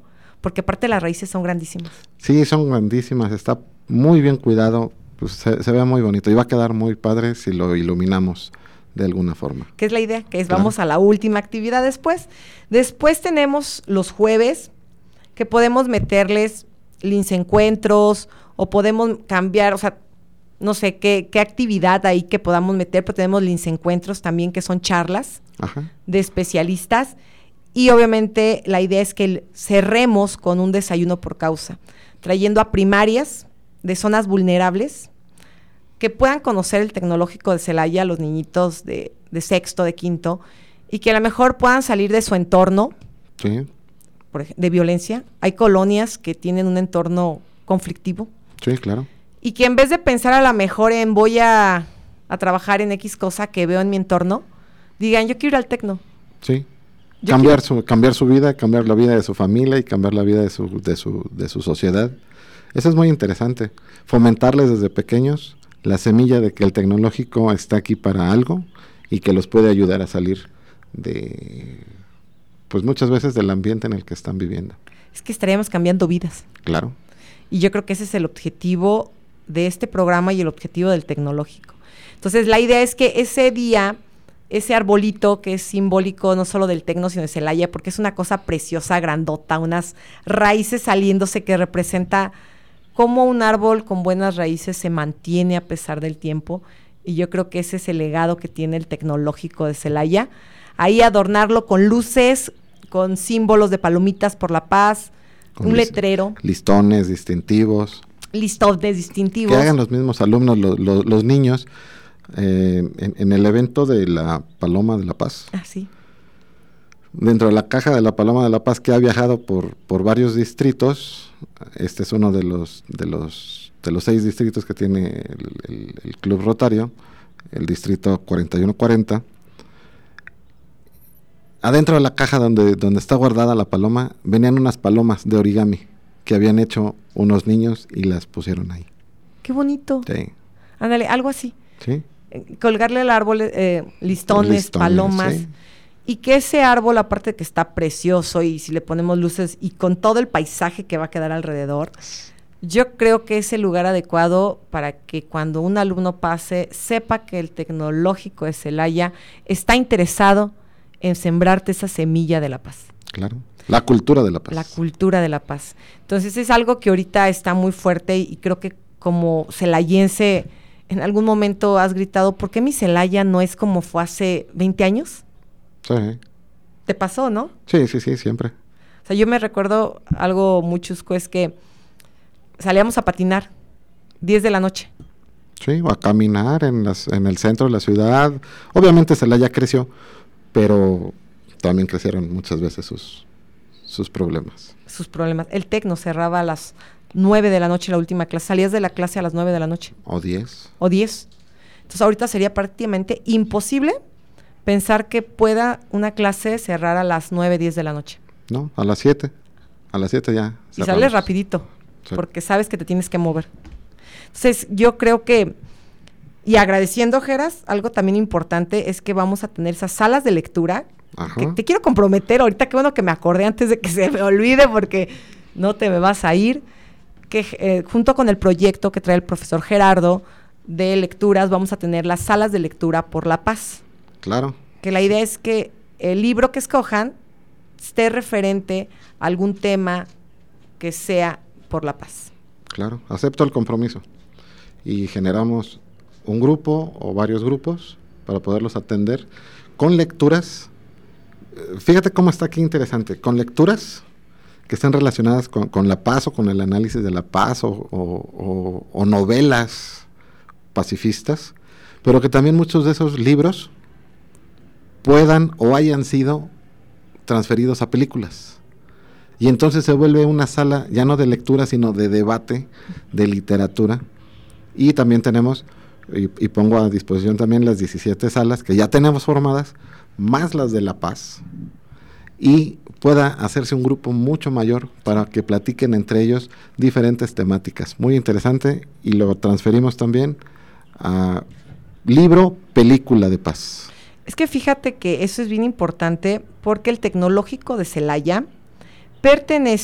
S2: porque aparte las raíces son grandísimas.
S4: Sí, son grandísimas, está muy bien cuidado, pues se ve muy bonito y va a quedar muy padre si lo iluminamos de alguna forma.
S2: ¿Qué es la idea? Que es,
S4: Claro.
S2: vamos a la última actividad después. Después tenemos los jueves, que podemos meterles lincencuentros, o podemos cambiar, o sea, no sé qué actividad ahí que podamos meter, pero tenemos lincencuentros también, que son charlas
S4: Ajá.
S2: de especialistas, y obviamente la idea es que cerremos con un desayuno por causa, trayendo a primarias de zonas vulnerables que puedan conocer el tecnológico de Celaya, los niñitos de sexto, de quinto, y que a lo mejor puedan salir de su entorno
S4: Sí,
S2: de violencia. Hay colonias que tienen un entorno conflictivo,
S4: sí, claro.
S2: y que en vez de pensar a lo mejor en voy a trabajar en X cosa que veo en mi entorno, digan, yo quiero ir al tecno.
S4: Sí.
S2: Yo
S4: Cambiar su vida, cambiar la vida de su familia y cambiar la vida de su sociedad. Eso es muy interesante. Fomentarles desde pequeños la semilla de que el tecnológico está aquí para algo y que los puede ayudar a salir de, pues muchas veces del ambiente en el que están viviendo.
S2: Es que estaríamos cambiando vidas.
S4: Claro.
S2: Y yo creo que ese es el objetivo de este programa y el objetivo del tecnológico. Entonces, la idea es que ese día, ese arbolito que es simbólico no solo del tecno, sino de Celaya, porque es una cosa preciosa, grandota, unas raíces saliéndose que representa cómo un árbol con buenas raíces se mantiene a pesar del tiempo, y yo creo que ese es el legado que tiene el tecnológico de Celaya. Ahí adornarlo con luces, con símbolos de palomitas por la paz,
S4: Con
S2: un letrero,
S4: listones distintivos.
S2: listones distintivos.
S4: Que hagan los mismos alumnos, los niños, en el evento de la Paloma de la Paz.
S2: Ah, sí.
S4: Dentro de la caja de la Paloma de la Paz, que ha viajado por varios distritos, este es uno de los 6 distritos que tiene el Club Rotario, el distrito 4140. Adentro de la caja donde está guardada la paloma, venían unas palomas de origami que habían hecho unos niños y las pusieron ahí.
S2: Qué bonito.
S4: Sí.
S2: Ándale, algo así.
S4: ¿Sí?
S2: Colgarle al árbol listones, palomas.
S4: Sí.
S2: Y que ese árbol, aparte de que está precioso, y si le ponemos luces y con todo el paisaje que va a quedar alrededor, yo creo que es el lugar adecuado para que cuando un alumno pase, sepa que el tecnológico de Celaya está interesado en sembrarte esa semilla de la paz.
S4: Claro. La cultura de la paz.
S2: La cultura de la paz. Entonces es algo que ahorita está muy fuerte, y creo que como celayense en algún momento has gritado, ¿por qué mi Celaya no es como fue hace 20 años?
S4: Sí.
S2: ¿Te pasó, no?
S4: Sí, siempre.
S2: O sea, yo me recuerdo algo muy chusco, es que salíamos a patinar 10 de la noche.
S4: Sí, o a caminar en el centro de la ciudad. Obviamente Celaya creció, pero también crecieron muchas veces sus problemas.
S2: Sus problemas. El tecno cerraba a las 9 de la noche la última clase. Salías de la clase a las 9 de la noche.
S4: O 10.
S2: O 10. Entonces ahorita sería prácticamente imposible pensar que pueda una clase cerrar a las 9, 10 de la noche.
S4: No, a las 7. A las 7 ya.
S2: Y sales rapidito,
S4: Sí.
S2: porque sabes que te tienes que mover. Entonces yo creo que, y agradeciendo, Geras, algo también importante es que vamos a tener esas salas de lectura.
S4: Ajá.
S2: Que te quiero comprometer ahorita, qué bueno que me acordé antes de que se me olvide, porque no te me vas a ir, que junto con el proyecto que trae el profesor Gerardo de lecturas, vamos a tener las salas de lectura por la paz.
S4: Claro.
S2: Que la idea es que el libro que escojan esté referente a algún tema que sea por la paz.
S4: Claro, acepto el compromiso. Y generamos un grupo o varios grupos para poderlos atender con lecturas. Fíjate cómo está aquí interesante, con lecturas que estén relacionadas con la paz o con el análisis de la paz o novelas pacifistas, pero que también muchos de esos libros puedan o hayan sido transferidos a películas. Y entonces se vuelve una sala ya no de lectura, sino de debate, de literatura. Y también tenemos, y pongo a disposición también las 17 salas que ya tenemos formadas, más las de La Paz, y pueda hacerse un grupo mucho mayor para que platiquen entre ellos diferentes temáticas. Muy interesante, y lo transferimos también a libro, película de paz.
S2: Es que fíjate que eso es bien importante, porque el tecnológico de Celaya pertenece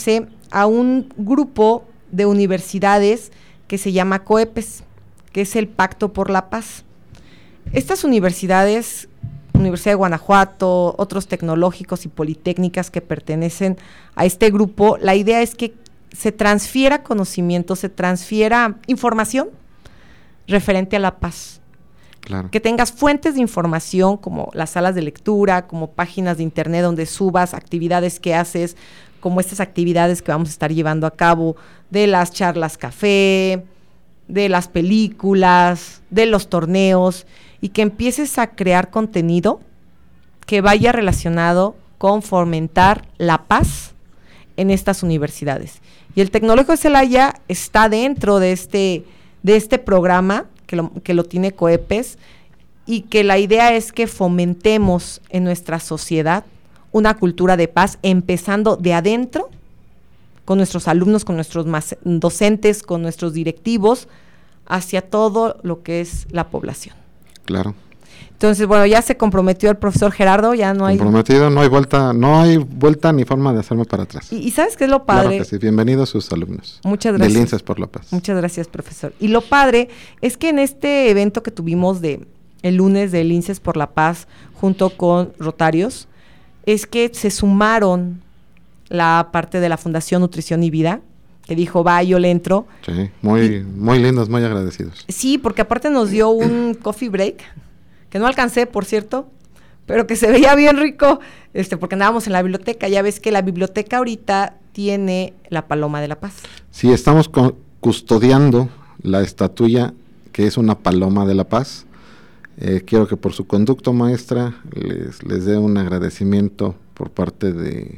S2: a un grupo de universidades que se llama COEPES, que es el Pacto por la Paz. Estas universidades, Universidad de Guanajuato, otros tecnológicos y politécnicas que pertenecen a este grupo, la idea es que se transfiera conocimiento, se transfiera información referente a la paz.
S4: Claro.
S2: Que tengas fuentes de información como las salas de lectura, como páginas de internet donde subas actividades que haces, como estas actividades que vamos a estar llevando a cabo, de las charlas café, de las películas, de los torneos, y que empieces a crear contenido que vaya relacionado con fomentar la paz en estas universidades. Y el Tecnológico de Celaya está dentro de este programa que lo tiene COEPES, y que la idea es que fomentemos en nuestra sociedad una cultura de paz, empezando de adentro, con nuestros alumnos, con nuestros docentes, con nuestros directivos, hacia todo lo que es la población.
S4: Claro.
S2: Entonces, bueno, ya se comprometió el profesor Gerardo, ya no hay...
S4: Comprometido, no hay vuelta ni forma de hacerme para atrás.
S2: ¿Y sabes qué es lo padre?
S4: Claro que sí, bienvenidos sus alumnos.
S2: Muchas gracias.
S4: Del INSES por la Paz.
S2: Muchas gracias, profesor. Y lo padre es que en este evento que tuvimos el lunes del INSES por la Paz, junto con Rotarios, es que se sumaron la parte de la Fundación Nutrición y Vida, que dijo, va, yo le entro.
S4: Sí, muy lindos, muy agradecidos.
S2: Sí, porque aparte nos dio un coffee break, que no alcancé, por cierto, pero que se veía bien rico, porque andábamos en la biblioteca. Ya ves que la biblioteca ahorita tiene la Paloma de la Paz.
S4: Sí, estamos custodiando la estatuilla que es una Paloma de la Paz. Quiero que por su conducto, maestra, les dé un agradecimiento por parte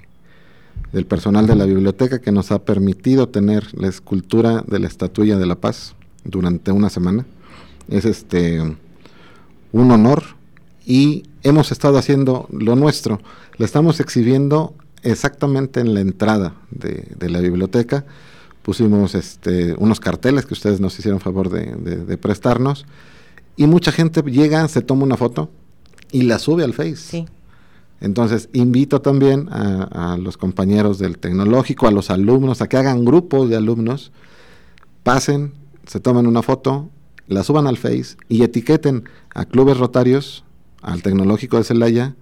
S4: del personal de la biblioteca, que nos ha permitido tener la escultura de la estatuilla de la Paz durante una semana. Es un honor, y hemos estado haciendo lo nuestro. La estamos exhibiendo exactamente en la entrada de la biblioteca. Pusimos unos carteles que ustedes nos hicieron favor de prestarnos, y mucha gente llega, se toma una foto y la sube al Face.
S2: Sí.
S4: Entonces, invito también a los compañeros del Tecnológico, a los alumnos, a que hagan grupos de alumnos, pasen, se tomen una foto, la suban al Face y etiqueten a Clubes Rotarios, al Tecnológico de Celaya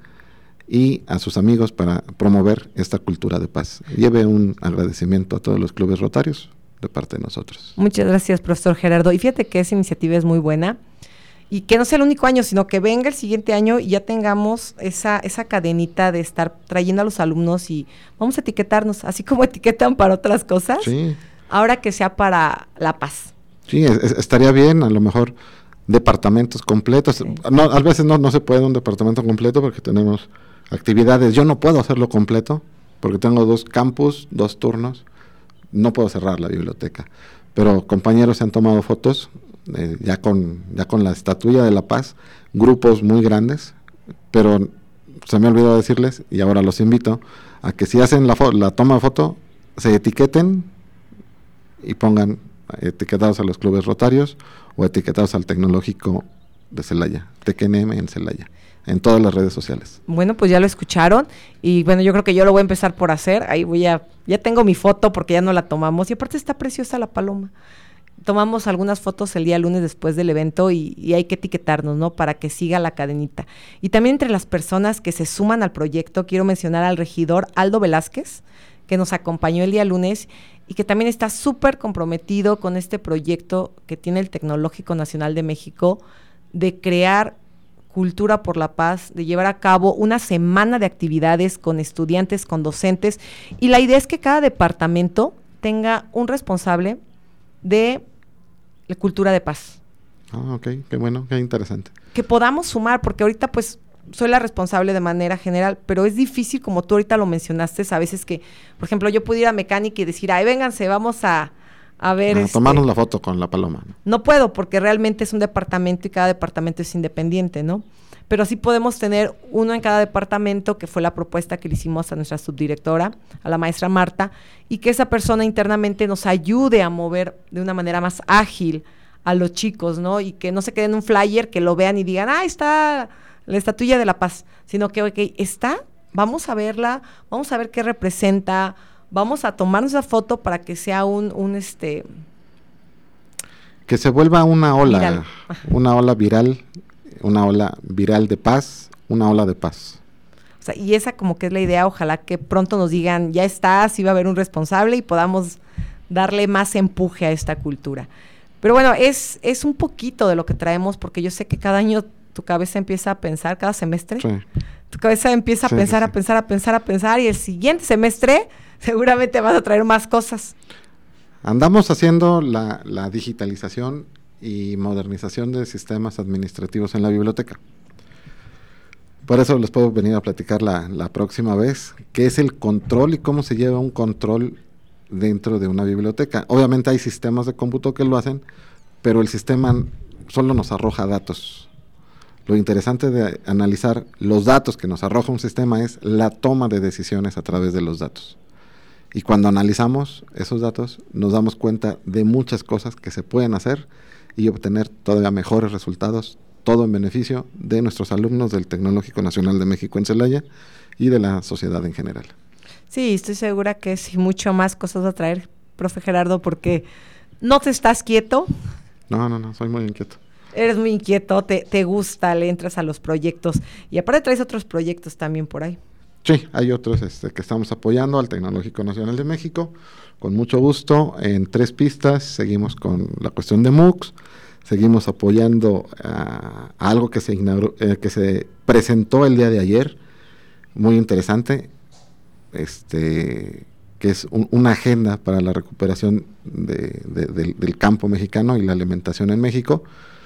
S4: y a sus amigos para promover esta cultura de paz. Lleve un agradecimiento a todos los Clubes Rotarios de parte de nosotros.
S2: Muchas gracias, profesor Gerardo. Y fíjate que esa iniciativa es muy buena, y que no sea el único año, sino que venga el siguiente año y ya tengamos esa cadenita de estar trayendo a los alumnos, y vamos a etiquetarnos, así como etiquetan para otras cosas,
S4: sí.
S2: Ahora que sea para la paz.
S4: Sí, estaría bien, a lo mejor departamentos completos. Sí. No, a veces no se puede un departamento completo porque tenemos actividades. Yo no puedo hacerlo completo porque tengo 2 campus, 2 turnos. No puedo cerrar la biblioteca. Pero compañeros se han tomado fotos ya con la estatuilla de la Paz, grupos muy grandes, pero se me olvidó decirles, y ahora los invito a que si hacen la toma de foto, se etiqueten y pongan etiquetados a los Clubes Rotarios o etiquetados al Tecnológico de Celaya, TECNM en Celaya, en todas las redes sociales.
S2: Bueno, pues ya lo escucharon, y bueno, yo creo que yo lo voy a empezar por hacer. Ahí ya tengo mi foto porque ya no la tomamos, y aparte está preciosa la paloma. Tomamos algunas fotos el día lunes después del evento, y hay que etiquetarnos, ¿no? Para que siga la cadenita. Y también entre las personas que se suman al proyecto, quiero mencionar al regidor Aldo Velázquez, que nos acompañó el día lunes y que también está súper comprometido con este proyecto que tiene el Tecnológico Nacional de México, de crear cultura por la paz, de llevar a cabo una semana de actividades con estudiantes, con docentes, y la idea es que cada departamento tenga un responsable de la cultura de paz.
S4: Ah, ok, qué bueno, qué interesante.
S2: Que podamos sumar, porque ahorita pues soy la responsable de manera general, pero es difícil, como tú ahorita lo mencionaste, a veces que, por ejemplo, yo pudiera ir a mecánica y decir, ay, vénganse, vamos a ver.
S4: Tomarnos la foto con la paloma.
S2: No puedo, porque realmente es un departamento y cada departamento es independiente, ¿no? Pero sí podemos tener uno en cada departamento, que fue la propuesta que le hicimos a nuestra subdirectora, a la maestra Marta, y que esa persona internamente nos ayude a mover de una manera más ágil a los chicos, ¿no? Y que no se queden en un flyer, que lo vean y digan, ah, está la estatuilla de la paz, sino que, ok, está, vamos a verla, vamos a ver qué representa, vamos a tomarnos esa foto para que sea
S4: que se vuelva una ola
S2: viral.
S4: una ola viral de paz, una ola de paz.
S2: O sea, y esa como que es la idea, ojalá que pronto nos digan, ya está, sí va a haber un responsable y podamos darle más empuje a esta cultura. Pero bueno, es un poquito de lo que traemos, porque yo sé que cada año tu cabeza empieza a pensar, cada semestre,
S4: Sí.
S2: tu cabeza empieza a pensar, a pensar, y el siguiente semestre seguramente vas a traer más cosas.
S4: Andamos haciendo la digitalización y modernización de sistemas administrativos en la biblioteca. Por eso les puedo venir a platicar la próxima vez, qué es el control y cómo se lleva un control dentro de una biblioteca. Obviamente hay sistemas de cómputo que lo hacen, pero el sistema solo nos arroja datos. Lo interesante de analizar los datos que nos arroja un sistema es la toma de decisiones a través de los datos. Y cuando analizamos esos datos, nos damos cuenta de muchas cosas que se pueden hacer y obtener todavía mejores resultados, todo en beneficio de nuestros alumnos del Tecnológico Nacional de México en Celaya y de la sociedad en general.
S2: Sí, estoy segura que sí, mucho más cosas a traer, profe Gerardo, porque no te estás quieto.
S4: No, soy muy inquieto.
S2: Eres muy inquieto, te gusta, le entras a los proyectos, y aparte traes otros proyectos también por ahí.
S4: Sí, hay otros que estamos apoyando al Tecnológico Nacional de México, con mucho gusto, en 3 pistas. Seguimos con la cuestión de MOOCs, seguimos apoyando a algo que se presentó el día de ayer, muy interesante, que es una agenda para la recuperación del campo mexicano y la alimentación en México,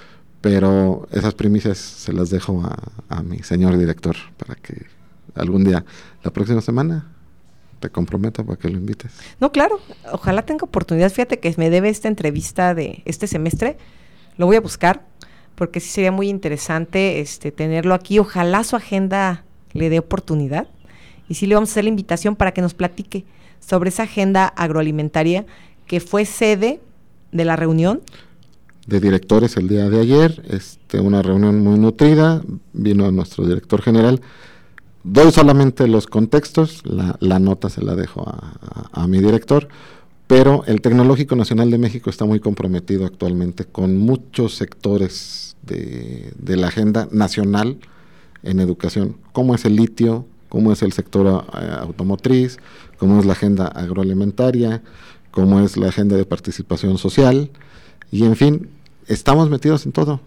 S4: pero esas primicias se las dejo a mi señor director para que algún día, la próxima semana, te comprometo para que lo invites.
S2: No, claro, ojalá tenga oportunidad. Fíjate que me debe esta entrevista de este semestre, lo voy a buscar, porque sí sería muy interesante tenerlo aquí. Ojalá su agenda le dé oportunidad, y sí le vamos a hacer la invitación para que nos platique sobre esa agenda agroalimentaria que fue sede de la reunión
S4: de directores el día de ayer, una reunión muy nutrida, vino nuestro director general. Doy solamente los contextos, la nota se la dejo a mi director, pero el Tecnológico Nacional de México está muy comprometido actualmente con muchos sectores de la agenda nacional en educación, como es el litio, como es el sector automotriz, como es la agenda agroalimentaria, como es la agenda de participación social, y en fin, estamos metidos en todo,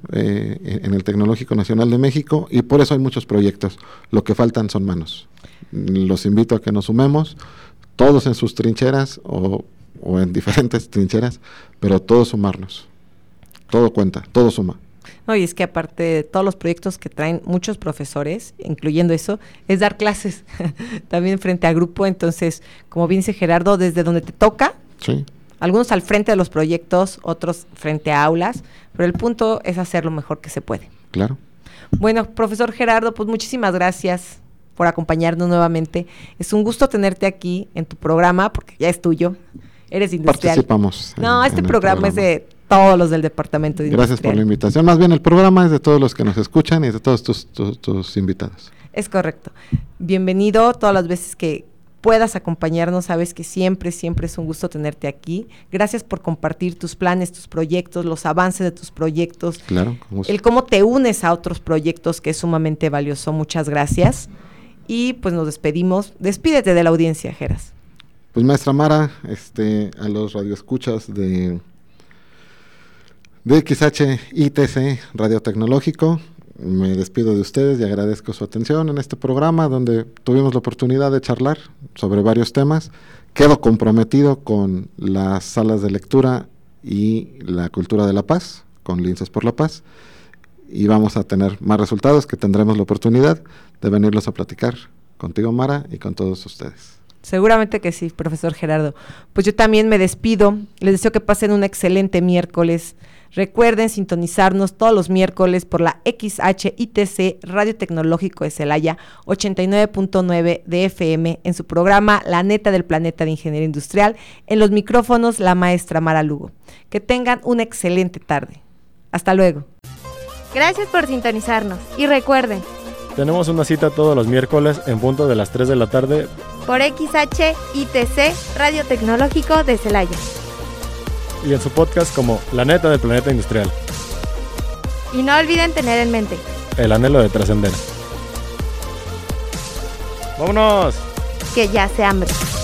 S4: en el Tecnológico Nacional de México, y por eso hay muchos proyectos. Lo que faltan son manos. Los invito a que nos sumemos, todos en sus trincheras o en diferentes trincheras, pero todos sumarnos. Todo cuenta, todo suma.
S2: No, y es que aparte de todos los proyectos que traen muchos profesores, incluyendo eso, es dar clases también frente a grupo. Entonces, como bien dice Gerardo, desde donde te toca,
S4: sí.
S2: Algunos al frente de los proyectos, otros frente a aulas, pero el punto es hacer lo mejor que se puede.
S4: Claro.
S2: Bueno, profesor Gerardo, pues muchísimas gracias por acompañarnos nuevamente. Es un gusto tenerte aquí en tu programa, porque ya es tuyo, eres industrial.
S4: Participamos.
S2: No, este programa es de todos los del departamento de
S4: Gracias
S2: industrial.
S4: por la invitación. Más bien el programa es de todos los que nos escuchan y de todos tus invitados.
S2: Es correcto. Bienvenido todas las veces que puedas acompañarnos. Sabes que siempre es un gusto tenerte aquí. Gracias por compartir tus planes, tus proyectos, los avances de tus proyectos.
S4: Claro.
S2: El cómo te unes a otros proyectos, que es sumamente valioso. Muchas gracias. Y pues nos despedimos. Despídete de la audiencia, Geras.
S4: Pues maestra Mara, a los radioescuchas de XHITC Radio Tecnológico, me despido de ustedes y agradezco su atención en este programa donde tuvimos la oportunidad de charlar sobre varios temas. Quedo comprometido con las salas de lectura y la cultura de la paz, con Linces por la Paz, y vamos a tener más resultados que tendremos la oportunidad de venirlos a platicar contigo, Mara, y con todos ustedes.
S2: Seguramente que sí, profesor Gerardo. Pues yo también me despido. Les deseo que pasen un excelente miércoles. Recuerden sintonizarnos todos los miércoles por la XHITC Radio Tecnológico de Celaya 89.9 de FM en su programa La Neta del Planeta de Ingeniería Industrial. En los micrófonos, la maestra Mara Lugo. Que tengan una excelente tarde. Hasta luego.
S5: Gracias por sintonizarnos y recuerden, Tenemos una cita todos los miércoles en punto de las 3 de la tarde
S6: por XHITC Radio Tecnológico de Celaya.
S5: Y en su podcast como La Neta del Planeta Industrial.
S6: Y no olviden tener en mente
S5: el anhelo de trascender. ¡Vámonos!
S6: Que ya se hambre.